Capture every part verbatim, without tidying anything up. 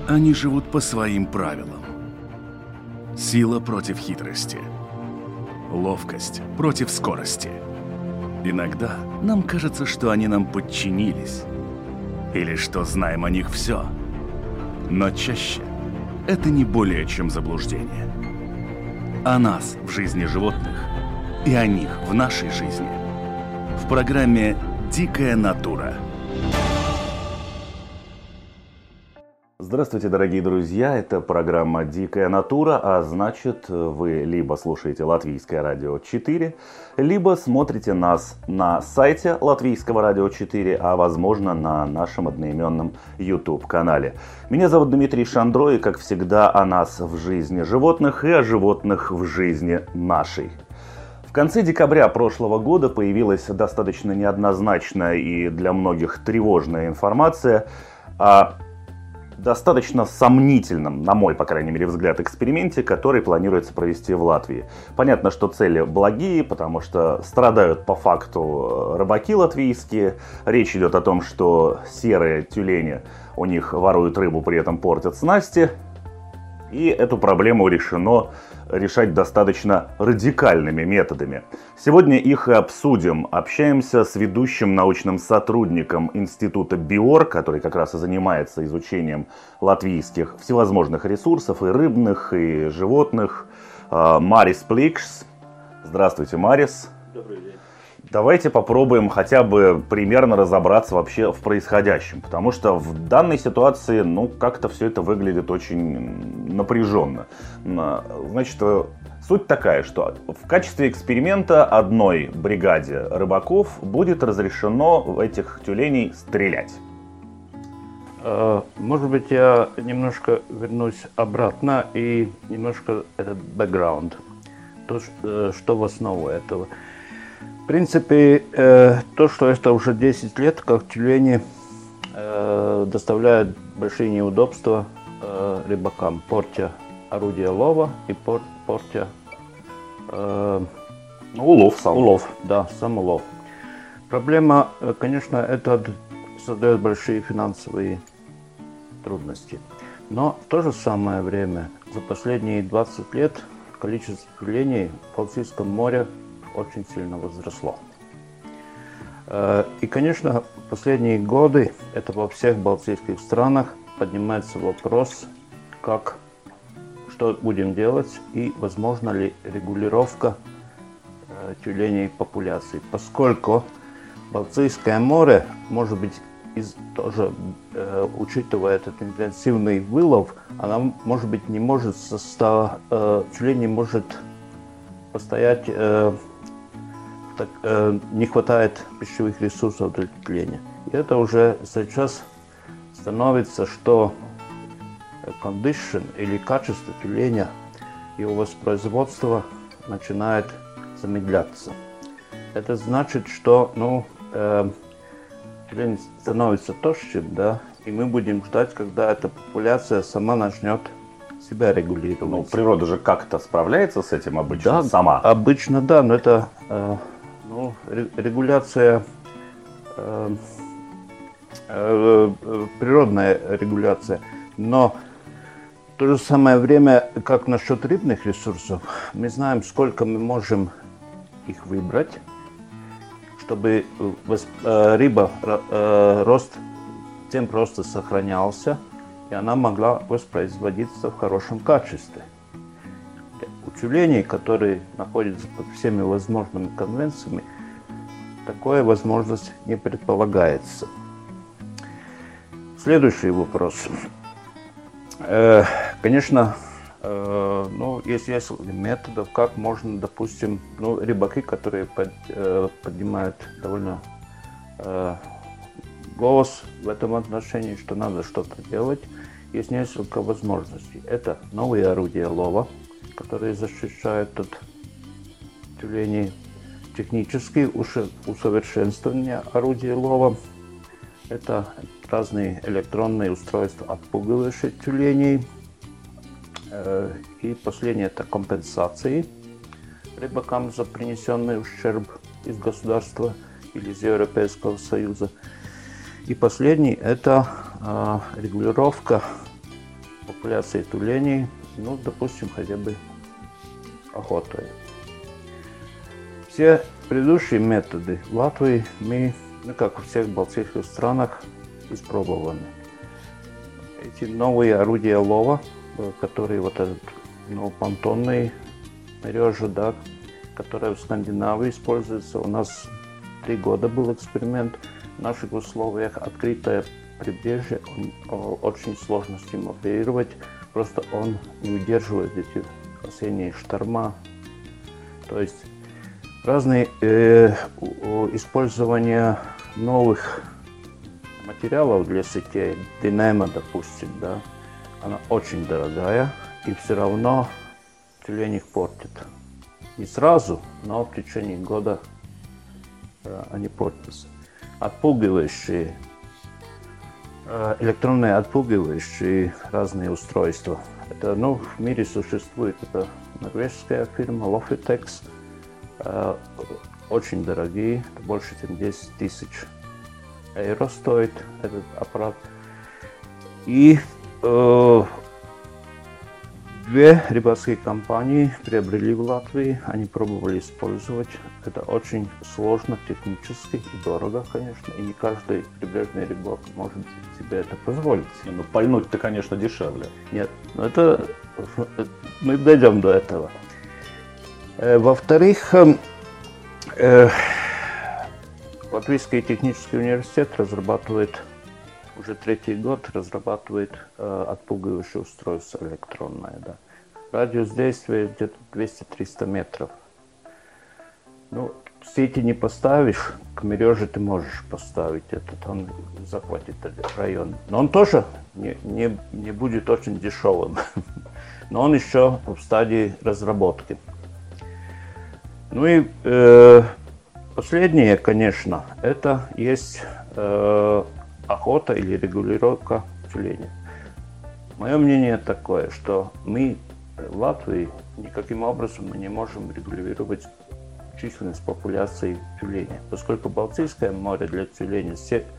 Они живут по своим правилам. Сила против хитрости. Ловкость против скорости. Иногда нам кажется, что они нам подчинились. Или что знаем о них все. Но чаще это не более чем заблуждение. О нас в жизни животных и о них в нашей жизни. В программе «Дикая натура». Здравствуйте, дорогие друзья, это программа «Дикая натура», а значит, вы либо слушаете Латвийское радио четыре, либо смотрите нас на сайте Латвийского радио четыре, а возможно на нашем одноименном YouTube-канале. Меня зовут Дмитрий Шандро, и как всегда о нас в жизни животных и о животных в жизни нашей. В конце декабря прошлого года появилась достаточно неоднозначная и для многих тревожная информация о достаточно сомнительном, на мой, по крайней мере, взгляд, эксперименте, который планируется провести в Латвии. Понятно, что цели благие, потому что страдают по факту рыбаки латвийские. Речь идет о том, что серые тюлени у них воруют рыбу, при этом портят снасти. И эту проблему решено решать достаточно радикальными методами. Сегодня их и обсудим. Общаемся с ведущим научным сотрудником Института БИОР, который как раз и занимается изучением латвийских всевозможных ресурсов, и рыбных, и животных, Марис Пликшс. Здравствуйте, Марис. Добрый день. Давайте попробуем хотя бы примерно разобраться вообще в происходящем, потому что в данной ситуации, ну, как-то все это выглядит очень напряженно. Значит, суть такая, что в качестве эксперимента одной бригаде рыбаков будет разрешено этих тюленей стрелять. Может быть, я немножко вернусь обратно и немножко этот бэкграунд, то, что в основу этого. В принципе, э, то, что это уже десять лет, как тюлени э, доставляют большие неудобства э, рыбакам, портя орудия лова и пор, портя э, улов сам. Улов, да, сам улов. Проблема, конечно, это создает большие финансовые трудности. Но в то же самое время за последние двадцать лет количество тюленей в Балтийском море очень сильно возросло. И, конечно, в последние годы, это во всех балтийских странах, поднимается вопрос, как, что будем делать и возможно ли регулировка тюленей популяции, поскольку Балтийское море, может быть, из, тоже учитывая этот интенсивный вылов, она, может быть, не может состав, тюлень не может постоять, так, э, не хватает пищевых ресурсов для тюленя. И это уже сейчас становится, что condition или качество тюленя, его воспроизводство начинает замедляться. Это значит, что ну, э, тюлень становится толще, да, и мы будем ждать, когда эта популяция сама начнет себя регулировать. Ну, природа же как-то справляется с этим обычно да, сама? Обычно да, но это э, ну, регуляция, э, э, природная регуляция. Но в то же самое время, как насчет рыбных ресурсов, мы знаем, сколько мы можем их выбрать, чтобы э, рыба, э, рост, темп роста сохранялся, и она могла воспроизводиться в хорошем качестве. У тюленей, которые находятся под всеми возможными конвенциями, такая возможность не предполагается. Следующий вопрос. Э, конечно, э, ну, есть несколько методов, как можно, допустим, ну, рыбаки, которые под, э, поднимают довольно э, голос в этом отношении, что надо что-то делать. Есть несколько возможностей. Это новые орудия лова, которые защищают от тюленей. Технические усовершенствования орудия лова. Это разные электронные устройства, отпугивающие тюленей. И последнее – это компенсации рыбакам за принесенный ущерб из государства или из Европейского Союза. И последний – это э, регулировка популяцией тюленей, ну, допустим, хотя бы охотой. Все предыдущие методы в Латвии мы, ну, как во всех балтийских странах, испробованы. Эти новые орудия лова, которые вот этот, ну, понтонные мережи, да, которые в Скандинавии используются. У нас три года был эксперимент. В наших условиях открытое прибрежье, он, очень сложно с ним оперировать, просто он не удерживает эти осенние шторма. То есть разные э, использование новых материалов для сетей, динема, допустим, да, она очень дорогая, и все равно тюлень их портит. Не сразу, но в течение года э, они портятся. Отпугивающие, э, электронные отпугивающие разные устройства. Это, ну, в мире существует, это норвежская фирма Lofitex, э, очень дорогие, больше чем десять тысяч евро стоит этот аппарат. И э, две рыбацкие компании приобрели в Латвии, они пробовали использовать. Это очень сложно технически и дорого, конечно, и не каждый прибрежный рыбак может себе это позволить. Ну, пальнуть-то, конечно, дешевле. Нет, но это мы дойдем до этого. Во-вторых, э, Латвийский технический университет разрабатывает, уже третий год разрабатывает э, отпугивающее устройство электронное. Да. Радиус действия где-то двести-триста метров. Ну, сети не поставишь, к мереже ты можешь поставить этот, он захватит этот район. Но он тоже не, не, не будет очень дешевым. Но он еще в стадии разработки. Ну и э, последнее, конечно, это есть э, охота или регулировка тюленей. Мое мнение такое, что мы в Латвии никаким образом мы не можем регулировать численность популяции тюленей, поскольку Балтийское море для тюленей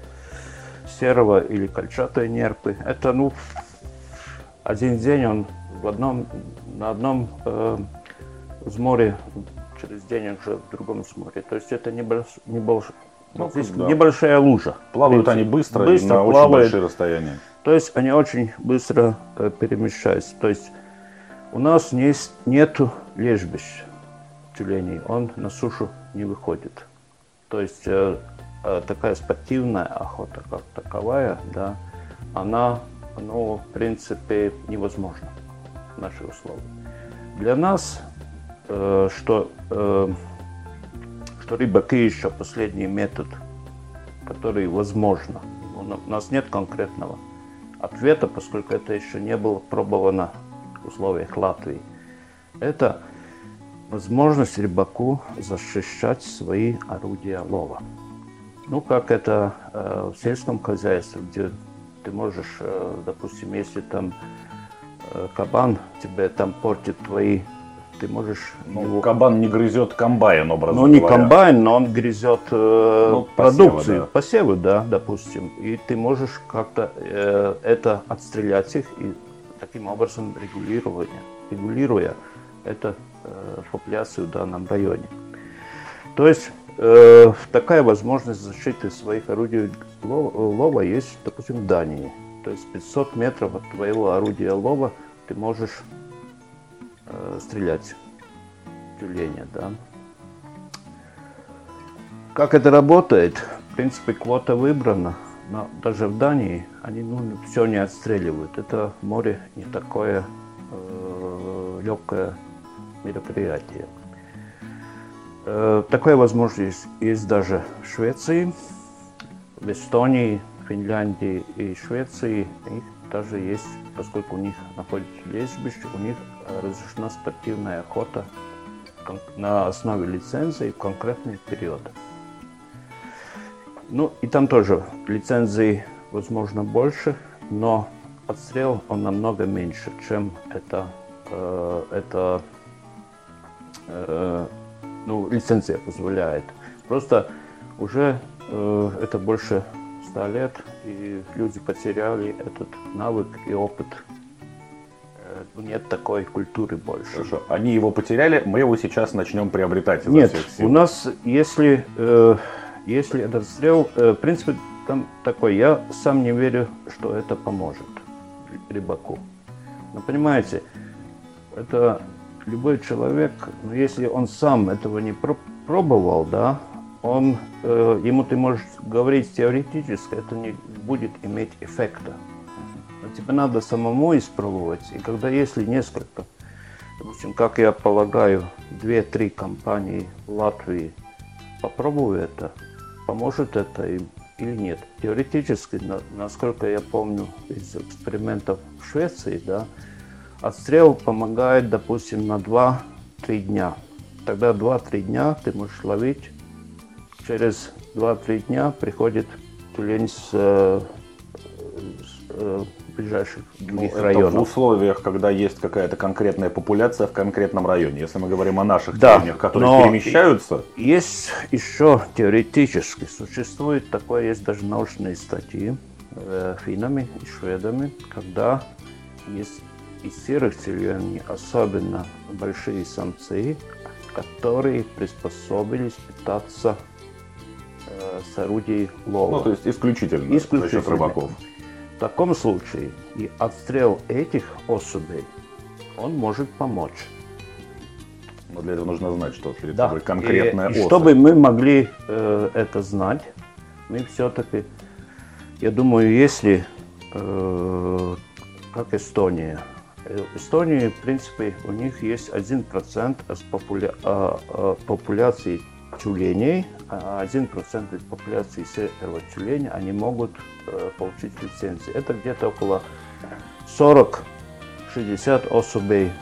серого или кольчатой нерпы, это, ну, один день он в одном, на одном э, взморье, через день уже в другом взморье. То есть это небольш, небольш, ну, да. небольшая лужа. Плавают они быстро, быстро и на плавают. Очень большие расстояния. То есть они очень быстро э, перемещаются. То есть у нас не, нету лежбищ тюленей, он на сушу не выходит. То есть э, э, такая спортивная охота, как таковая, да, она, ну, в принципе, невозможна в наших условиях. Для нас, э, что, э, что рыбаки еще последний метод, который возможно. У нас нет конкретного ответа, поскольку это еще не было пробовано в условиях Латвии. Это возможность рыбаку защищать свои орудия лова. Ну, как это э, в сельском хозяйстве, где ты можешь, э, допустим, если там э, кабан тебе там портит твои, ты можешь... Ну, его... Кабан не грызет комбайн, образно Ну, не говоря. комбайн, но он грызет э, ну, продукцию, да. посевы, да, допустим. И ты можешь как-то э, это отстрелять их и таким образом регулирование, регулируя это э, популяцию в данном районе. То есть э, такая возможность защиты своих орудий лова есть, допустим, в Дании. То есть пятьсот метров от твоего орудия лова ты можешь э, стрелять в тюленя, да. Как это работает? В принципе, квота выбрана, но даже в Дании они, ну, все не отстреливают. Это море не такое э, легкое мероприятие. Э, такая возможность есть даже в Швеции, в Эстонии, Финляндии и Швеции. У них даже есть, поскольку у них находится лежбище, у них разрешена спортивная охота на основе лицензии в конкретный период. Ну и там тоже лицензий, возможно, больше, но отстрел он намного меньше, чем это, э, это э, ну, лицензия позволяет. Просто уже э, это больше ста лет, и люди потеряли этот навык и опыт нет такой культуры больше. Хорошо. Они его потеряли, мы его сейчас начнем приобретать изо Нет, всех сил. у нас, если, э, если этот стрел, э, в принципе, там такой, я сам не верю, что это поможет рыбаку. Но понимаете, это любой человек, если он сам этого не пробовал, да, он, э, ему ты можешь говорить теоретически, это не будет иметь эффекта. Но тебе надо самому испробовать. И когда если несколько, допустим, как я полагаю, две-три компании в Латвии попробуют это, поможет это им или нет. Теоретически, на, насколько я помню из экспериментов в Швеции, да, отстрел помогает, допустим, на два-три дня. Тогда два-три дня ты можешь ловить. Через два-три дня приходит тюлень с, с, с ближайших других ну, районов. Это в условиях, когда есть какая-то конкретная популяция в конкретном районе. Если мы говорим о наших да, тюленях, которые перемещаются. Есть еще теоретически, существует такое, есть даже научные статьи э, финнами и шведами, когда есть из серых тюленей особенно большие самцы, которые приспособились питаться э, с орудий лова. Ну, то есть исключительно, исключительно за счет рыбаков. В таком случае и отстрел этих особей, он может помочь. Но для этого нужно знать, что перед Да. собой конкретная и, особь. и чтобы мы могли э, это знать, мы все-таки, я думаю, если, э, как Эстония, Эстонии, в принципе, у них есть один процент популя... популяции тюленей, а один процент из популяции серого тюленя они могут э, получить лицензию. Это где-то около сорок-шестьдесят особей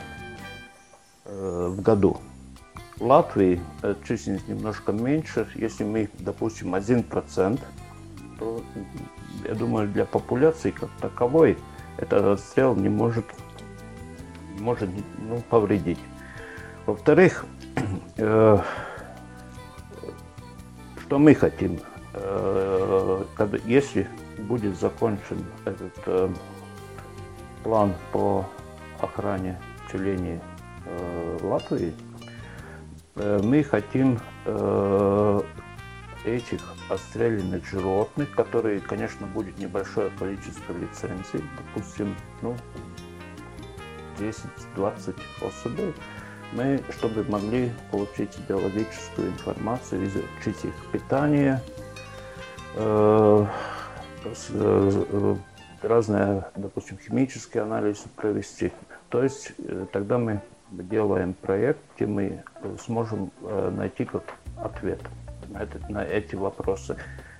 э, в году. В Латвии э, численность немножко меньше. Если мы, допустим, один процент, то, я думаю, для популяции как таковой этот отстрел не может может ну, повредить. Во-вторых, э, что мы хотим, э, когда, если будет закончен этот э, план по охране тюленей э, Латвии, э, мы хотим э, этих отстрелянных животных, которые, конечно, будет небольшое количество лицензий, допустим, ну, десять-двадцать особей, мы, чтобы могли получить биологическую информацию, изучить их питание, э, э, разные, допустим, химические анализы провести. То есть э, тогда мы делаем проект, где мы сможем э, найти как ответ на, это, на эти вопросы.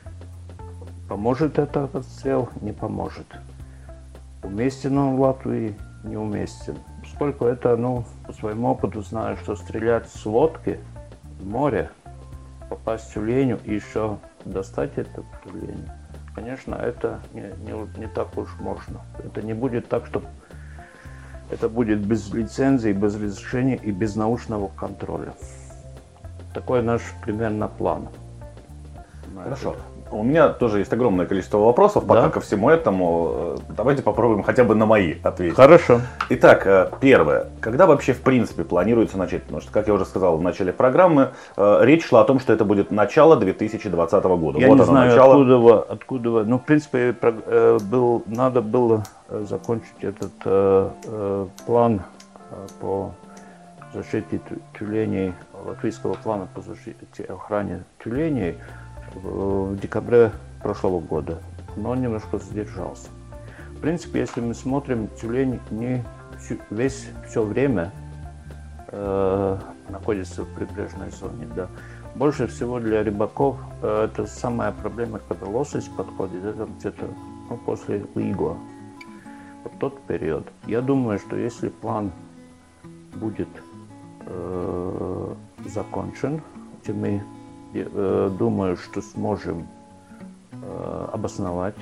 Поможет этот отстрел? Не поможет. Уместен он в Латвии? Неуместен. Поскольку это, ну, по своему опыту знаю, что стрелять с лодки в море, попасть в тюленю и еще достать этот тюлень, конечно, это не, не, не так уж можно. Это не будет так, что это будет без лицензии, без разрешения и без научного контроля. Такой наш примерно план. Хорошо. У меня тоже есть огромное количество вопросов, пока да? ко всему этому. Давайте попробуем хотя бы на мои ответить. Хорошо. Итак, первое. Когда вообще в принципе планируется начать? Потому что, как я уже сказал в начале программы, речь шла о том, что это будет начало две тысячи двадцатого года. Я вот не оно, знаю, начало. откуда, откуда. Ну, в принципе, был, надо было закончить этот э, план по защите тюленей, латвийского плана по защите и охране тюленей в декабре прошлого года, но он немножко задержался. В принципе, если мы смотрим, тюлень не весь все время э, находится в прибрежной зоне. Да. Больше всего для рыбаков э, это самая проблема, когда лосось подходит, это где-то ну, после Лигуа. Вот тот период. Я думаю, что если план будет э, закончен, где мы э, думаю, что сможем э, обосновать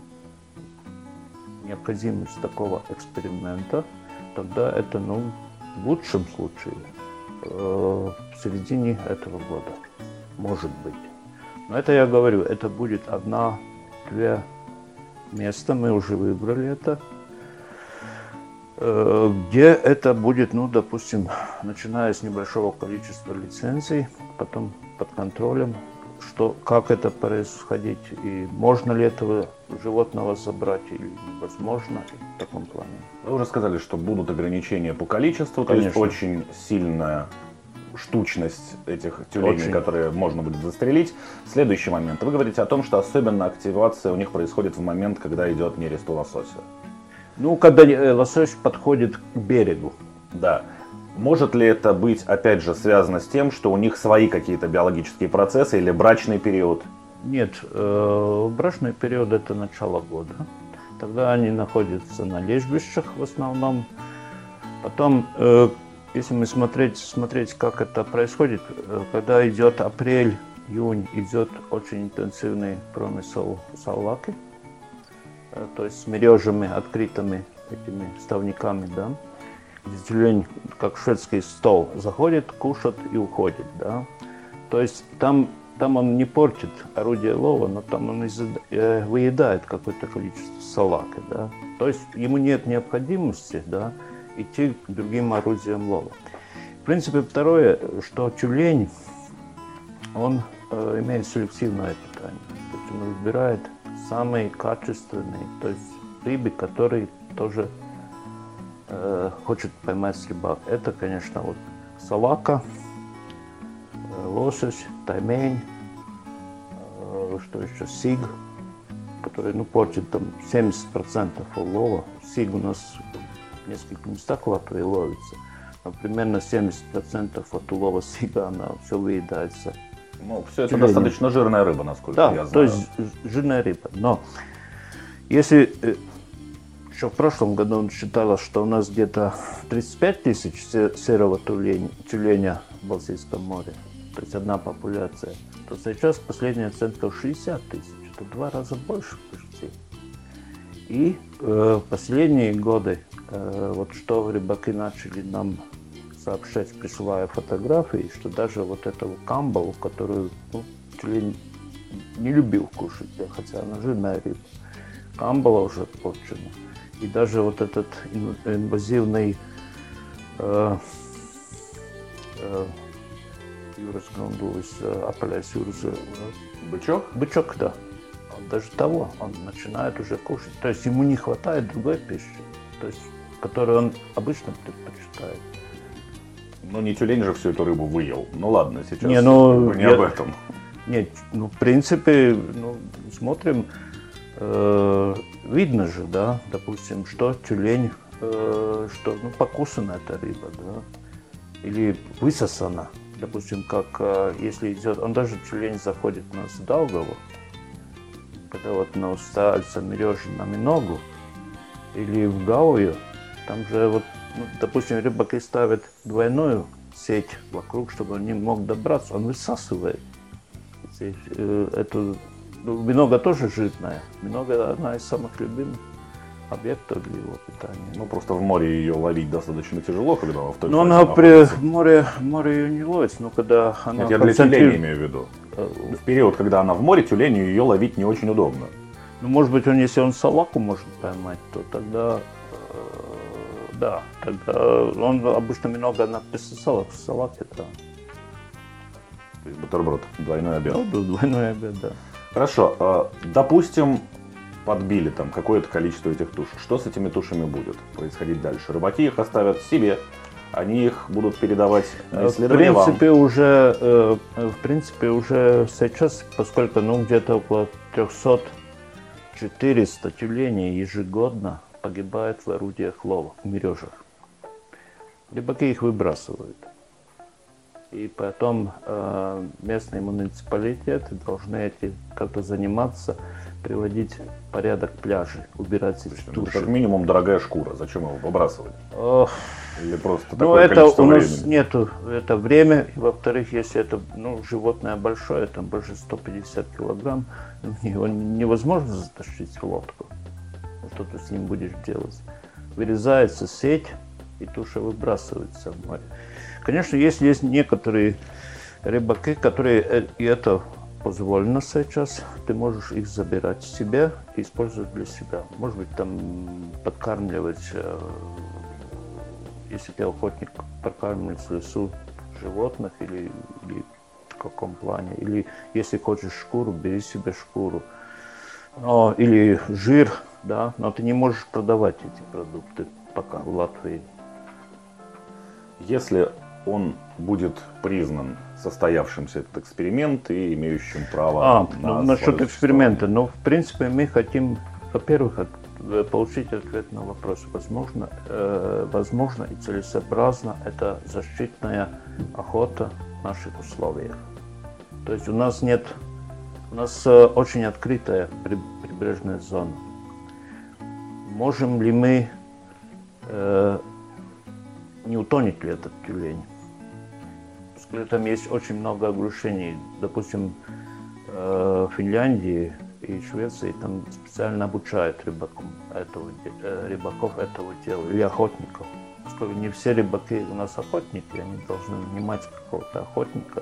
необходимость такого эксперимента, тогда это, ну, в лучшем случае э, в середине этого года, может быть. Но это я говорю, это будет одна-две места, мы уже выбрали это. где это будет, ну, допустим, начиная с небольшого количества лицензий, потом под контролем, что, как это происходить, и можно ли этого животного забрать, или невозможно, в таком плане. Вы уже сказали, что будут ограничения по количеству, Конечно. то есть очень сильная штучность этих тюленей, Очень. которые можно будет застрелить. Следующий момент. Вы говорите о том, что особенно активация у них происходит в момент, когда идет нерест у лосося. Ну, когда лосось подходит к берегу. Да. Может ли это быть, опять же, связано с тем, что у них свои какие-то биологические процессы или брачный период? Нет, э, брачный период – это начало года. Тогда они находятся на лежбищах в основном. Потом, э, если мы смотреть, смотреть, как это происходит, э, когда идет апрель, июнь, идет очень интенсивный промысел салаки, э, то есть с мережами, открытыми этими ставниками, да. Тюлень, как шведский стол, заходит, кушает и уходит, да. То есть там, там он не портит орудие лова, но там он э, выедает какое-то количество салаки, да. То есть ему нет необходимости, да, идти к другим орудиям лова. В принципе, второе, что тюлень, он э, имеет селективное питание. То есть он выбирает самые качественные, то есть рыбы, которые тоже э, хочет поймать рыбак. Это, конечно, вот салака, э, лосось, таймень, э, что еще, сиг, который, ну, портит там семьдесят процентов улова. Сиг у нас в нескольких местах в Латвии ловится. Но примерно семьдесят процентов от улова сига, она все выедается. Ну, все это Тюленем. достаточно жирная рыба, насколько Да, я знаю. то есть жирная рыба. Но если э, еще в прошлом году считалось, что у нас где-то тридцать пять тысяч серого тюленя, тюленя в Балтийском море, то есть одна популяция, то сейчас последняя оценка шестьдесят тысяч. Это в два раза больше почти. И э, последние годы, э, вот что рыбаки начали нам сообщать, присылая фотографии, что даже вот этого камбалу, которую, ну, тюлень не любил кушать, хотя она жирная рыба, камбала уже порчена. И даже вот этот инвазивный э, э, Юрас Грандулис, Апелляс Юрас, Бычок? бычок, да. Он даже того, он начинает уже кушать. То есть ему не хватает другой пищи, то есть, которую он обычно предпочитает. Ну, не тюлень же всю эту рыбу выел. Ну ладно, сейчас Не, ну, не я- об этом. Нет, ну, в принципе, ну, смотрим, э, видно же, да, допустим, что тюлень, э, что, ну, покусана эта рыба, да, или высосана, допустим, как, э, если идет, он даже тюлень заходит у нас в Даугаву, когда вот, ну, ставится мережа на Миногу, или в Гаую, там же вот, ну, допустим, рыбаки ставят двойную сеть вокруг, чтобы он не мог добраться, он высасывает. Здесь, э, эту, ну, минога тоже жирная. Минога одна из самых любимых объектов для его питания. Ну, просто в море ее ловить достаточно тяжело, когда она в той Но фазе она при находится. море, море ее не ловится, но когда она Нет, я для концентри- тюленя имею в виду. Э, В период, когда она в море, тюленю ее ловить не очень удобно. Ну, может быть, он, если он салаку может поймать, то тогда, э, да, тогда он обычно много написал салак, салаки, да. То есть бутерброд, двойной обед. Ну, двойной обед, да. Хорошо, э, допустим, подбили там какое-то количество этих туш. Что с этими тушами будет происходить дальше? Рыбаки их оставят себе, они их будут передавать на В исследование вам. принципе, уже, э, в принципе, уже сейчас, поскольку, ну, где-то около триста-четыреста тюленей ежегодно погибает в орудиях лова, в мережах. Рыбаки их выбрасывают. И потом э, местные муниципалитеты должны эти как-то заниматься, приводить в порядок пляжи, убирать эти Это туши. как минимум дорогая шкура. Зачем его выбрасывать? Ох, Или просто ну, такое это количество у нас времени? нету это время. И, во-вторых, если это, ну, животное большое, там больше сто пятьдесят килограмм, его невозможно затащить в лодку. Что ты с ним будешь делать? Вырезается сеть, и туша выбрасывается в море. Конечно, если есть некоторые рыбаки, которые э- и это позволено сейчас, ты можешь их забирать себе и использовать для себя. Может быть, там подкармливать э, если ты охотник, прокармливать в лесу животных или, или в каком плане. Или если хочешь шкуру, бери себе шкуру. Но, или жир, да, но ты не можешь продавать эти продукты пока в Латвии. Если он будет признан состоявшимся этот эксперимент и имеющим право а, на ну, насчет эксперимента, ну, в принципе, мы хотим, во-первых, от, получить ответ на вопрос, возможно, э, возможно и целесообразно это защитная охота в наших условиях. То есть у нас нет, у нас э, очень открытая прибрежная зона. Можем ли мы, э, не утонет ли этот тюлень? Там есть очень много оглушений. Допустим, в Финляндии и Швеции там специально обучают рыбаков этого, рыбаков этого дела или охотников. Поскольку не все рыбаки у нас охотники, они должны нанимать какого-то охотника,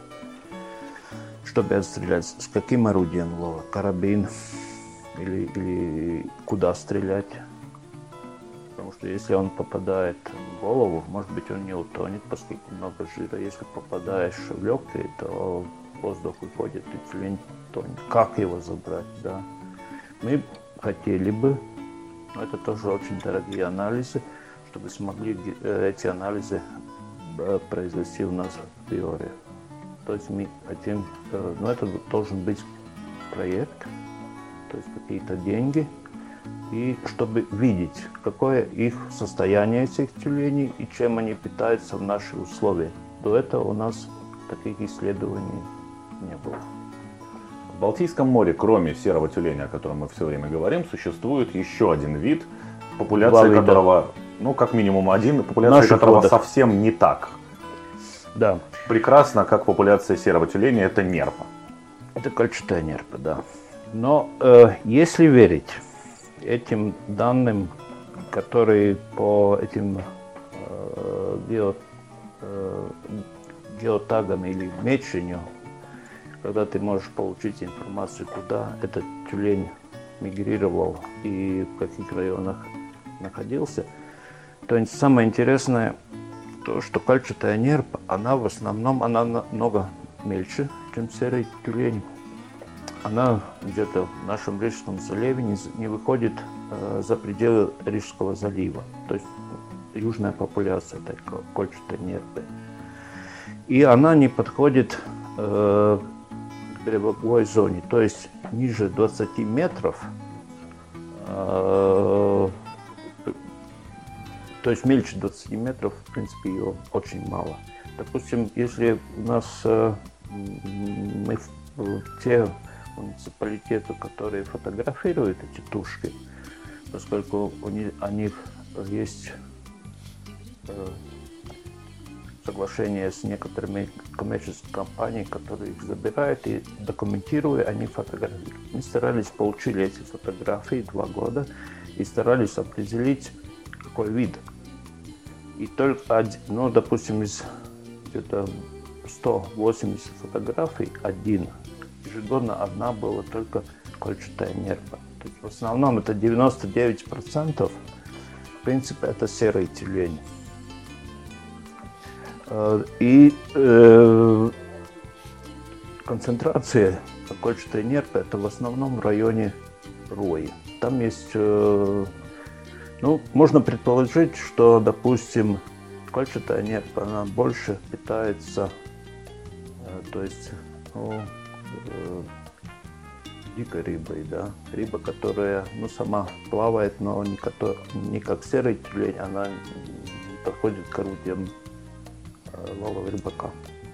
чтобы отстрелять. С каким орудием лова? Карабин или, или куда стрелять? Потому что если он попадает в голову, может быть, он не утонет, поскольку много жира. Если попадаешь в легкие, то воздух выходит и тюлень тонет. Как его забрать, да? Мы хотели бы, но это тоже очень дорогие анализы, чтобы смогли эти анализы произвести у нас в Биоре. То есть мы хотим, но это должен быть проект, то есть какие-то деньги. И чтобы видеть, какое их состояние этих тюленей и чем они питаются в наших условиях. До этого у нас таких исследований не было. В Балтийском море, кроме серого тюленя, о котором мы все время говорим, существует еще один вид, популяция Два которого, вида. ну как минимум один, популяция Наших которого водах. совсем не так Да. прекрасно, как популяция серого тюленя, это нерпа. Это кольчатая нерпа, да. Но э, если верить этим данным, которые по этим э, гео, э, геотагам или мечению, когда ты можешь получить информацию, куда этот тюлень мигрировал и в каких районах находился, то самое интересное, то, что кольчатая нерпа, она в основном, она намного мельче, чем серый тюлень. Она где-то в нашем Рижском заливе не, не выходит э, за пределы Рижского залива. То есть южная популяция этой кольчатой нерпы. И она не подходит э, к береговой зоне. То есть ниже двадцати метров, э, то есть меньше двадцати метров, в принципе, ее очень мало. Допустим, если у нас э, мы в те муниципалитеты, которые фотографируют эти тушки, поскольку у них, у них есть э, соглашение с некоторыми коммерческими компаниями, которые их забирают и, документируя, они фотографируют. Мы старались, получили эти фотографии два года и старались определить, какой вид. И только, один, ну, допустим, из где-то сто восемьдесят фотографий, один ежегодно одна была только кольчатая нерпа. То есть в основном это девяносто девять процентов, в принципе, это серый тюлень. И э, концентрация кольчатой нерпы это в основном в районе Рои. Там есть, э, ну, можно предположить, что, допустим, кольчатая нерпа, она больше питается, э, то есть, ну, дикой рыбой, да, рыба, которая, ну, сама плавает, но не, като, не как серый тюлень, она не подходит к орудиям лова рыбака.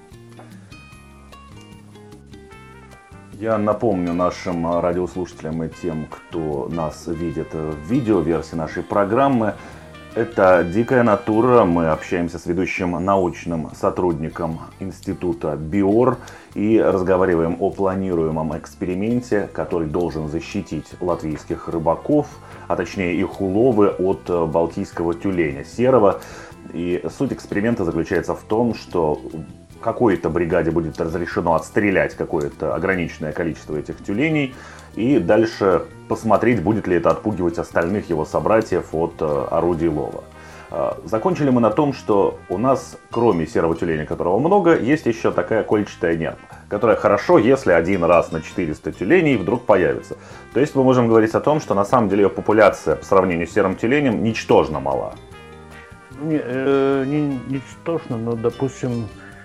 Я напомню нашим радиослушателям и тем, кто нас видит в видеоверсии нашей программы, это «Дикая натура». Мы общаемся с ведущим научным сотрудником института Биор и разговариваем о планируемом эксперименте, который должен защитить латвийских рыбаков, а точнее их уловы от балтийского тюленя серого. И суть эксперимента заключается в том, что какой-то бригаде будет разрешено отстрелять какое-то ограниченное количество этих тюленей и дальше посмотреть, будет ли это отпугивать остальных его собратьев от орудий лова. Закончили мы на том, что у нас, кроме серого тюленя, которого много, есть еще такая кольчатая нерпа, которая хорошо, если один раз на четыреста тюленей вдруг появится. То есть мы можем говорить о том, что на самом деле ее популяция по сравнению с серым тюленем ничтожно мала. Не, э, не ничтожно, но, допустим,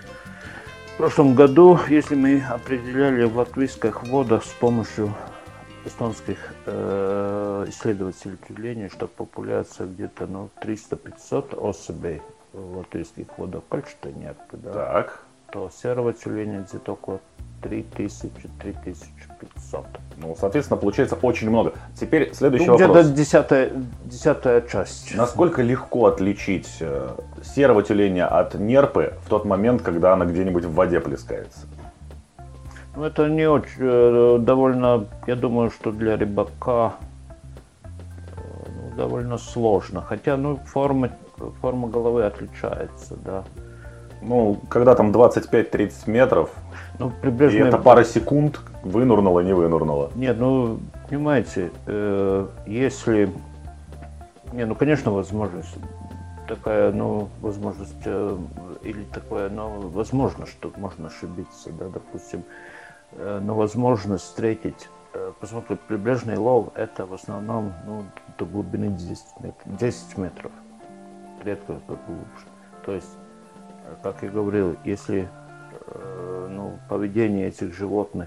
в прошлом году, если мы определяли в латвийских водах с помощью эстонских э, исследователей тюленей, что популяция где-то ну, триста-пятьсот особей в латвийских водах кольчатой нерпы, да, Так. то серого тюленя где-то около три тысячи - три тысячи пятьсот. Ну, соответственно, получается очень много. Теперь следующий ну, вопрос. Где-то десятая, десятая часть. Насколько легко отличить э, серого тюленя от нерпы в тот момент, когда она где-нибудь в воде плескается? Ну, это не очень, э, довольно, я думаю, что для рыбака э, ну, довольно сложно. Хотя, ну, форма, форма головы отличается, да. Ну, когда там двадцать пять - тридцать метров, ну, прибрежные... и это пара секунд, вынурнула, не вынурнула. Нет, ну, понимаете, э, если... Не, ну, конечно, возможность. Такая, ну, возможность, э, или такое, ну, возможно, что можно ошибиться, да, допустим. Но возможность встретить, посмотрим, прибрежный лов – это в основном ну, до глубины десять метров, редко глубже. То есть, как я говорил, если ну, поведение этих животных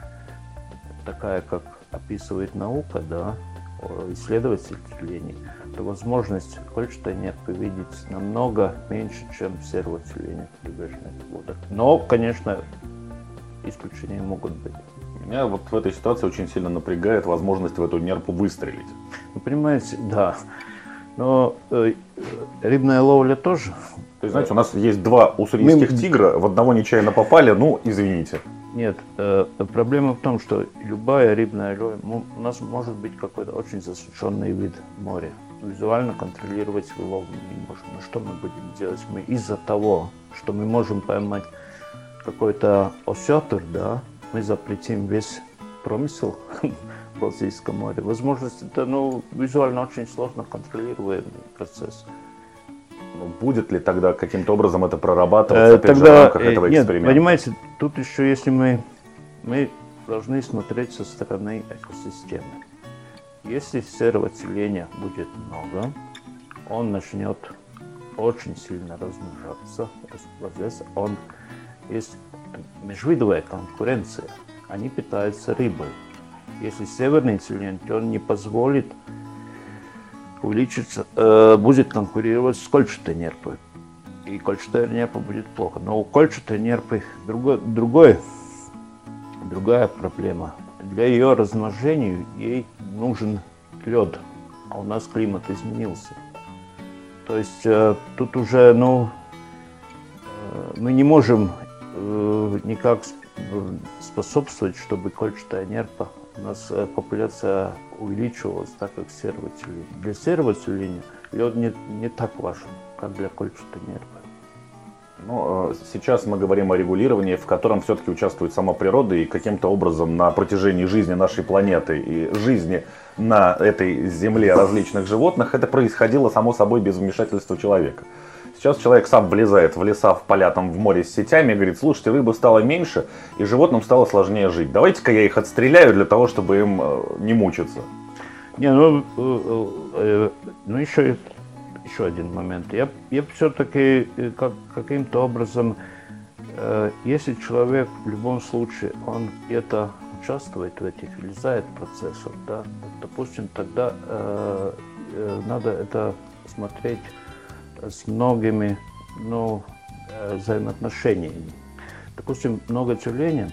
такая, как описывает наука, да, исследователь тюленей, то возможность кольчатой нерпы видеть намного меньше, чем серого тюленя в прибрежных водах. Но, конечно, исключения могут быть. Меня вот в этой ситуации очень сильно напрягает возможность в эту нерпу выстрелить. Вы понимаете, да. Но э, рыбная ловля тоже. То есть, знаете, у нас есть два уссурийских Мы... тигра, в одного нечаянно попали, ну, извините. Нет, э, проблема в том, что любая рыбная ловля, у нас может быть какой-то очень засушенный вид моря. Визуально контролировать лов мы не можем. Но что мы будем делать? Мы из-за того, что мы можем поймать какой-то осетр, да, мы запретим весь промысел в Балтийском море. Возможность это, ну, визуально очень сложно контролируемый процесс. Ну, будет ли тогда каким-то образом это прорабатываться, э, опять тогда, же, в рамках этого нет, эксперимента? Понимаете, тут еще если мы, мы должны смотреть со стороны экосистемы. Если серого тюленя будет много, он начнет очень сильно размножаться, расплодиться, он есть межвидовая конкуренция, они питаются рыбой. Если северный тюлень, то он не позволит увеличиться, э, будет конкурировать с кольчатой нерпой. И кольчатая нерпа будет плохо. Но у кольчатой нерпы другой, другой, другая проблема. Для ее размножения ей нужен лед, а у нас климат изменился. То есть э, тут уже, ну, э, мы не можем никак способствовать, чтобы кольчатая нерпа, у нас популяция увеличивалась, так как серого тюленя. Для серого тюленя лед не, не так важен, как для кольчатой нерпы. Ну, сейчас мы говорим о регулировании, в котором все-таки участвует сама природа, и каким-то образом на протяжении жизни нашей планеты и жизни на этой земле различных животных это происходило само собой без вмешательства человека. Сейчас человек сам влезает в леса, в поля, там, в море с сетями и говорит: слушайте, рыбы стало меньше, и животным стало сложнее жить. Давайте-ка я их отстреляю для того, чтобы им не мучиться. Не, ну, э, э, ну еще, еще один момент. Я, я все-таки как, каким-то образом, э, если человек в любом случае, он где-то участвует в этих, влезает в процессах, да, допустим, тогда э, э, надо это смотреть с многими, ну, взаимоотношениями. Допустим, много тюленей.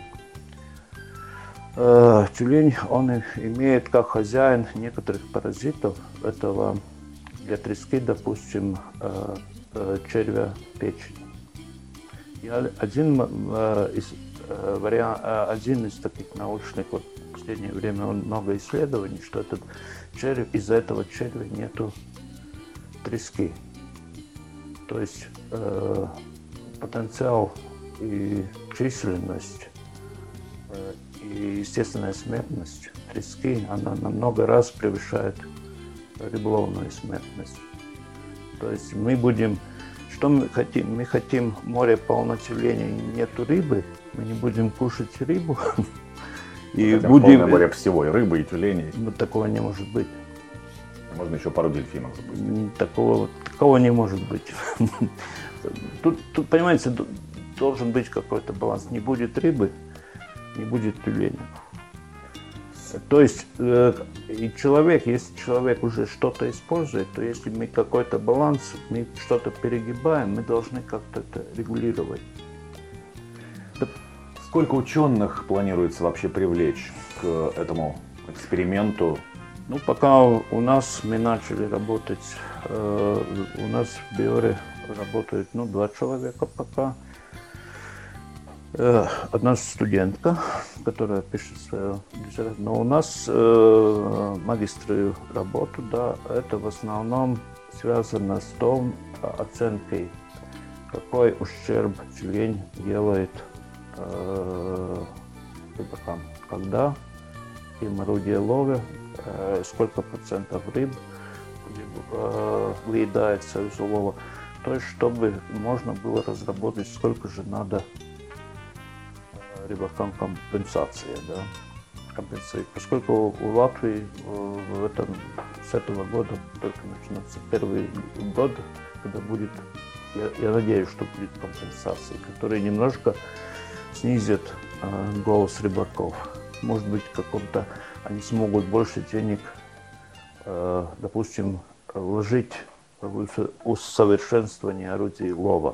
Э, тюлень, он имеет как хозяин некоторых паразитов этого, для трески, допустим, э, э, червя печени. И один э, из э, вариант, э, один из таких научных, вот в последнее время он много исследований, что этот червь, из-за этого червя нету трески. То есть э, потенциал и численность э, и естественная смертность трески, она на много раз превышает рыболовную смертность. То есть мы будем, что мы хотим? Мы хотим море полно тюленей, нету рыбы, мы не будем кушать рыбу. И будем... море всего, и рыбы, и тюленей. Ну, такого не может быть. Можно еще пару дельфинов запустить. Такого, такого не может быть. Тут, тут, понимаете, должен быть какой-то баланс. Не будет рыбы, не будет тюленя. То есть э, и человек, если человек уже что-то использует, то если мы какой-то баланс, мы что-то перегибаем, мы должны как-то это регулировать. Сколько ученых планируется вообще привлечь к этому эксперименту? Ну, пока у нас мы начали работать, э, у нас в Биоре работает ну, два человека пока. Э, одна студентка, которая пишет свою диссертацию. Но у нас э, магистрскую работу, да, это в основном связано с том оценкой, какой ущерб тюлень делает рыбакам, когда и марудия ловля, сколько процентов рыб выедается из улова. То есть, чтобы можно было разработать, сколько же надо рыбакам компенсации, да, компенсации. Поскольку у Латвии в этом, с этого года только начнется первый год, когда будет, я, я надеюсь, что будет компенсации, которые немножко снизит э, голос рыбаков. Может быть, в каком-то они смогут больше денег, э, допустим, вложить в усовершенствование орудий лова.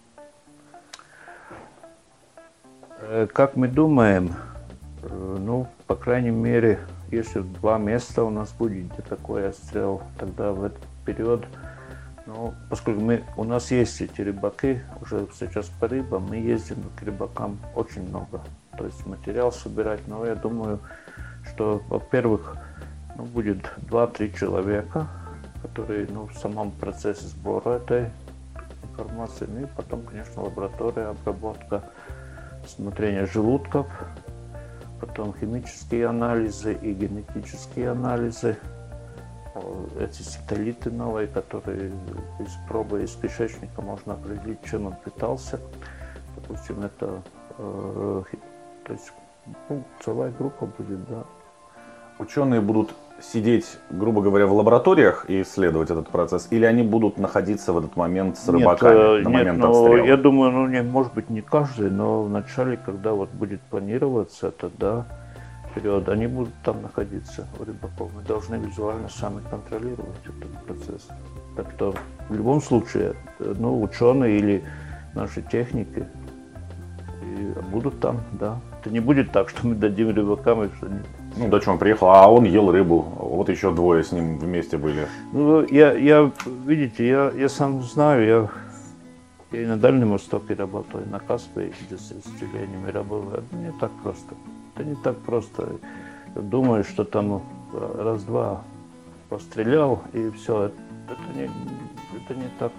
Э, как мы думаем, э, ну, по крайней мере, если два места у нас будет, где такой отстрел, тогда в этот период, ну, поскольку мы, у нас есть эти рыбаки, уже сейчас по рыбам, мы ездим к рыбакам очень много. То есть материал собирать, но я думаю, что, во-первых, ну, будет два-три человека, которые ну, в самом процессе сбора этой информации, ну и потом, конечно, лаборатория, обработка, смотрение желудков, потом химические анализы и генетические анализы. Эти сателлиты новые, которые из пробы из кишечника можно определить, чем он питался. Допустим, это э, то есть, ну, целая группа будет, да. Ученые будут сидеть, грубо говоря, в лабораториях и исследовать этот процесс, или они будут находиться в этот момент с рыбаками нет, на нет, момент но обстрела? Я думаю, ну, не, может быть, не каждый, но в начале, когда вот будет планироваться это, да, период, они будут там находиться, у рыбаков. Мы должны визуально сами контролировать этот процесс. Так что в любом случае, ну, ученые или наши техники и будут там, да. Это не будет так, что мы дадим рыбакам и что нет. Ну, дачу он приехал, а он ел рыбу, вот еще двое с ним вместе были. Ну, я, я видите, я, я сам знаю, я, я и на Дальнем Востоке работал, и на Каспии, где с тюленями работал. Это не так просто. Это не так просто. Думаю, что там раз-два пострелял, и все. Это, это, не, это не так.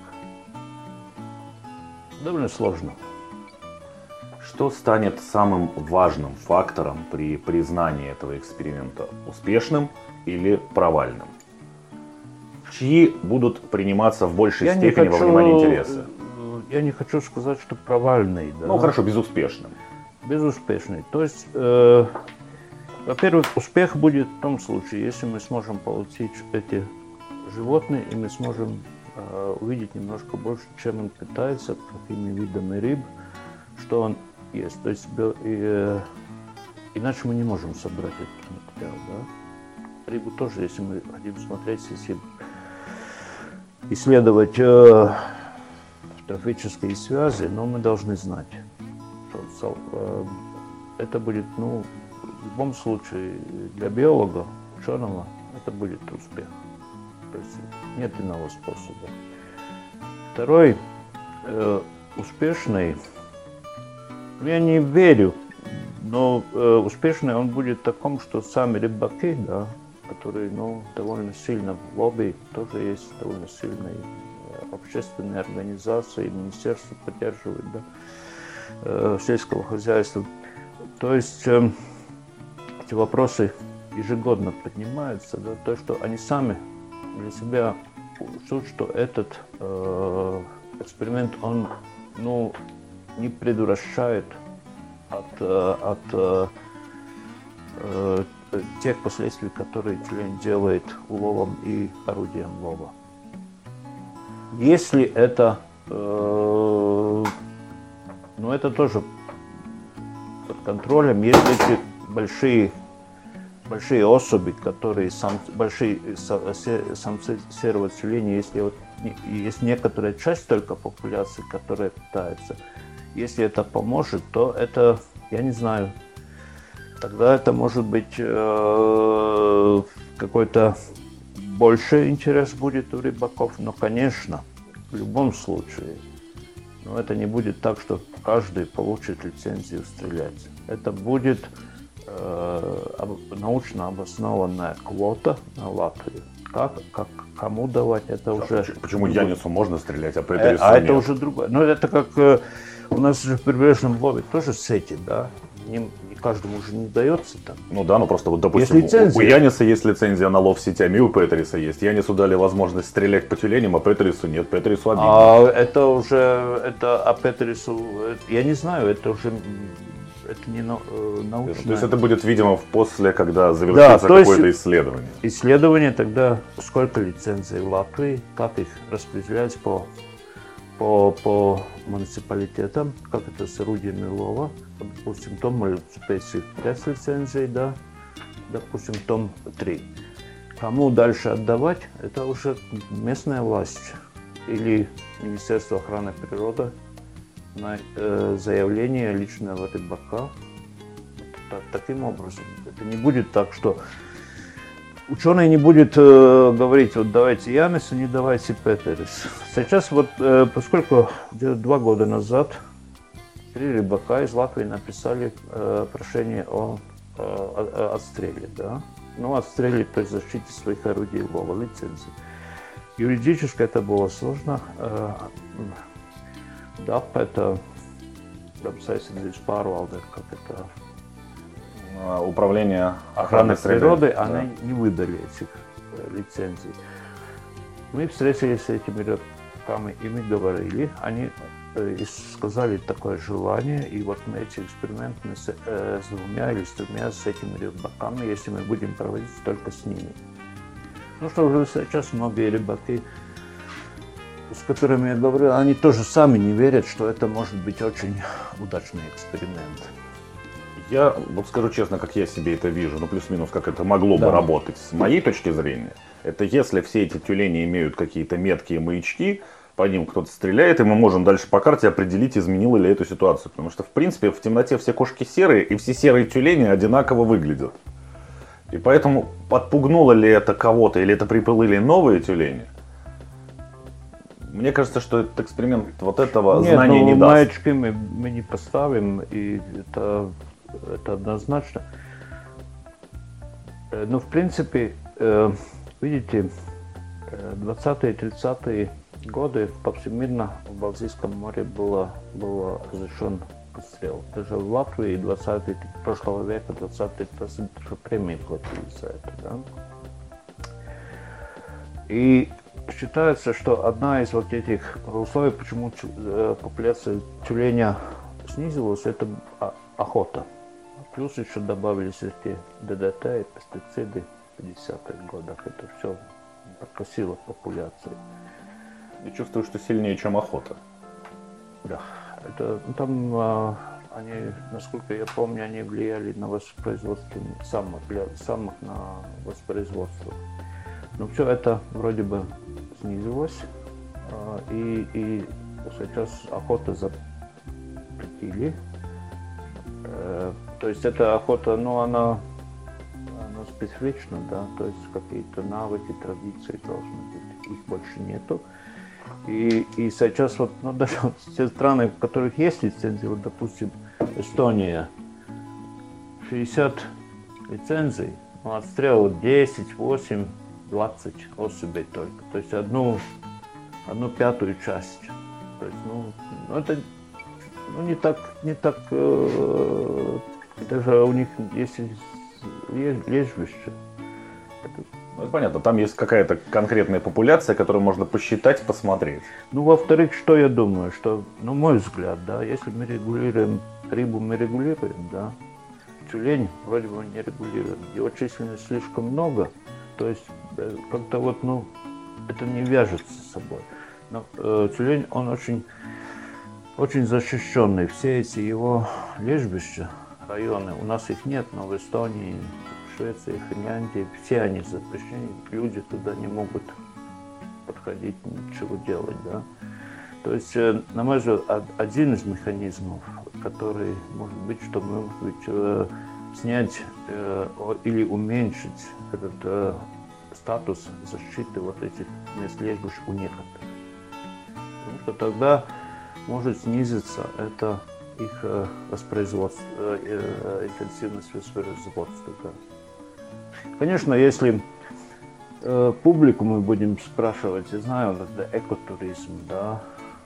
Довольно сложно. Что станет самым важным фактором при признании этого эксперимента? Успешным или провальным? Чьи будут приниматься в большей я степени хочу, во внимание интереса? Я не хочу сказать, что провальный. Да? Ну хорошо, безуспешным. Безуспешный. То есть, э, во-первых, успех будет в том случае, если мы сможем получить эти животные, и мы сможем э, увидеть немножко больше, чем он питается, какими видами рыб, что он есть. То есть, и, э, иначе мы не можем собрать этот материал. Да? Рыбу тоже, если мы хотим смотреть, если исследовать э, трофические связи, но мы должны знать, что э, это будет, ну, в любом случае, для биолога, ученого, это будет успех. То есть нет иного способа. Второй, э, успешный, я не верю, но э, успешный он будет в таком, что сами рыбаки, да, которые, ну, довольно сильно в лобби, тоже есть довольно сильные э, общественные организации, министерство поддерживает, да, э, сельского хозяйства. То есть э, эти вопросы ежегодно поднимаются, да, то, что они сами для себя суть, что этот э, эксперимент, он ну, не предотвращает от, э, от э, э, тех последствий, которые член делает уловом и орудием лова. Если это, э, ну это тоже под контролем, если эти большие, большие особи, которые сам, большие самцы серого тюленя, если вот, есть некоторая часть только популяции, которая питается, если это поможет, то это, я не знаю, тогда это может быть э, какой-то больше интерес будет у рыбаков, но, конечно, в любом случае, но это не будет так, что каждый получит лицензию стрелять. Это будет э, научно обоснованная квота на Латвию. Как, как кому давать, это а уже... Почему Янису можно стрелять, а Петерису А, а нет? это уже другое. Ну, это как э, у нас же в прибрежном лове тоже сети, да? Не, не каждому уже не дается там. Ну да, ну просто вот, допустим, у, у Яниса есть лицензия на лов сетями, и у Петериса есть. Янису дали возможность стрелять по тюленям, а Петерису нет. Петерису обидно. А это уже, это, а Петерису, я не знаю, это уже, это не научно. То есть это будет, видимо, после, когда завершится да, какое-то исследование. Исследование тогда, сколько лицензий в Латвии, как их распределять по, по, по муниципалитетам, как это с орудиями лова. Допустим, том может спеть пять лицензий, да, допустим, том три. Кому дальше отдавать, это уже местная власть или Министерство охраны природы на э, заявление личного рыбака. Так, таким образом. Это не будет так, что ученый не будет э, говорить, вот давайте Янису, не давайте Петерис. Сейчас вот, э, поскольку где-то два года назад три рыбака из Латвии написали э, прошение о, э, о отстреле, да? Ну, отстреле, то есть защите своих орудий лова, лицензии. Юридически это было сложно. Э, да, это, как это, управление охраны охраны природы, да. они не выдали этих э, лицензий. Мы встретились с этими рыбаками, и мы говорили, они и сказали такое желание, и вот мы эти эксперименты с, э, с двумя или с тремя с этими рыбаками, если мы будем проводить только с ними. Ну что уже сейчас многие рыбаки, с которыми я говорил, они тоже сами не верят, что это может быть очень удачный эксперимент. Я вот скажу честно, как я себе это вижу, ну плюс-минус, как это могло да. бы работать. С моей точки зрения, это если все эти тюлени имеют какие-то меткие маячки, по ним кто-то стреляет, и мы можем дальше по карте определить, изменила ли эту ситуацию. Потому что, в принципе, в темноте все кошки серые, и все серые тюлени одинаково выглядят. И поэтому подпугнуло ли это кого-то, или это приплыли новые тюлени? Мне кажется, что этот эксперимент вот этого Нет, знания ну, не даст. маячки мы, мы не поставим, и это, это однозначно. Ну, в принципе, видите, двадцатые-тридцатые годы повсеместно в Балтийском море было, было разрешен отстрел. Даже в Латвии двадцатые прошлого века, двадцатые даже премии платили за это. Да? И считается, что одна из вот этих условий, почему популяция тюленя снизилась, это охота. Плюс еще добавились эти ДДТ и пестициды в пятидесятых годах. Это все подкосило популяцию. Я чувствую, что сильнее, чем охота. Да. Это, ну, там а, они, насколько я помню, они влияли на воспроизводство самок, для самок на воспроизводство. Но все это вроде бы снизилось. А, и, и сейчас охота запретили. А, то есть эта охота, ну, она, она специфична, да, то есть какие-то навыки, традиции должны быть, их больше нету. И, и сейчас вот, ну, даже вот те страны, в которых есть лицензии, вот, допустим, Эстония, шестьдесят лицензий, ну, отстрел десять, восемь, двадцать особей только, то есть одну, одну пятую часть. То есть, ну, ну это ну, не так, не так, э, даже у них есть лежбище. Ну, это понятно, там есть какая-то конкретная популяция, которую можно посчитать, посмотреть. Ну, во-вторых, что я думаю, что, на мой взгляд, да, если мы регулируем рыбу, мы регулируем, да, тюлень вроде бы не регулируем. Его численность слишком много, то есть как-то вот, ну, это не вяжется с собой. Но э, тюлень, он очень, очень защищенный. Все эти его лежбища, районы, у нас их нет, но в Эстонии, в Швеции, Финляндии, все они запрещены, люди туда не могут подходить, ничего делать, да. То есть, э, на мой взгляд, один из механизмов, который может быть, чтобы, может быть, э, снять э, или уменьшить этот э, статус защиты вот этих мест лежбищ у некоторых. Потому что тогда может снизиться это их э, воспроизводство, э, интенсивность воспроизводства. Да. Конечно, если э, публику мы будем спрашивать, я знаю, это экотуризм, да.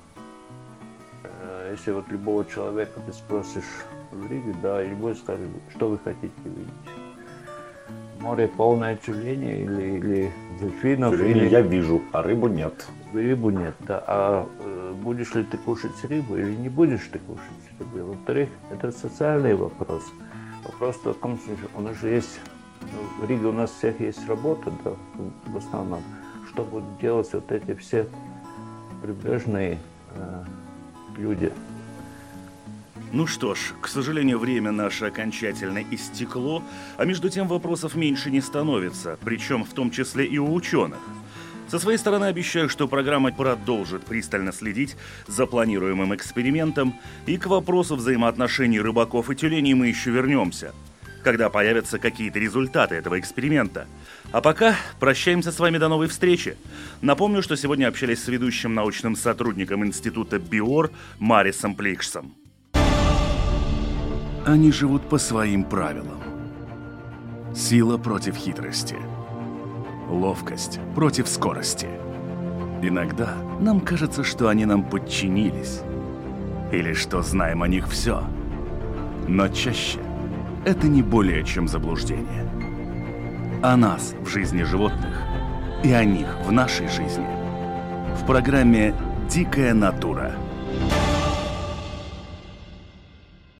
Э, если вот любого человека ты спросишь в Риге, да, и любой скажет, что вы хотите видеть. Море полное тюленей или, или дельфинов? Тюлени или... я вижу, а рыбу нет. Рыбу нет, да. А э, будешь ли ты кушать рыбу или не будешь ты кушать рыбу? Во-вторых, это социальный вопрос. Вопрос в таком смысле, у нас же есть, ну, в Риге у нас всех есть работа, да, в основном. Что будут делать вот эти все прибрежные э, люди? Ну что ж, к сожалению, время наше окончательно истекло, а между тем вопросов меньше не становится, причем в том числе и у ученых. Со своей стороны обещаю, что программа продолжит пристально следить за планируемым экспериментом, и к вопросу взаимоотношений рыбаков и тюленей мы еще вернемся, когда появятся какие-то результаты этого эксперимента. А пока прощаемся с вами до новой встречи. Напомню, что сегодня общались с ведущим научным сотрудником Института БИОР Марисом Пликшсом. Они живут по своим правилам. Сила против хитрости. Ловкость против скорости. Иногда нам кажется, что они нам подчинились. Или что знаем о них все. Но чаще это не более чем заблуждение. О нас в жизни животных и о них в нашей жизни. В программе «Дикая натура».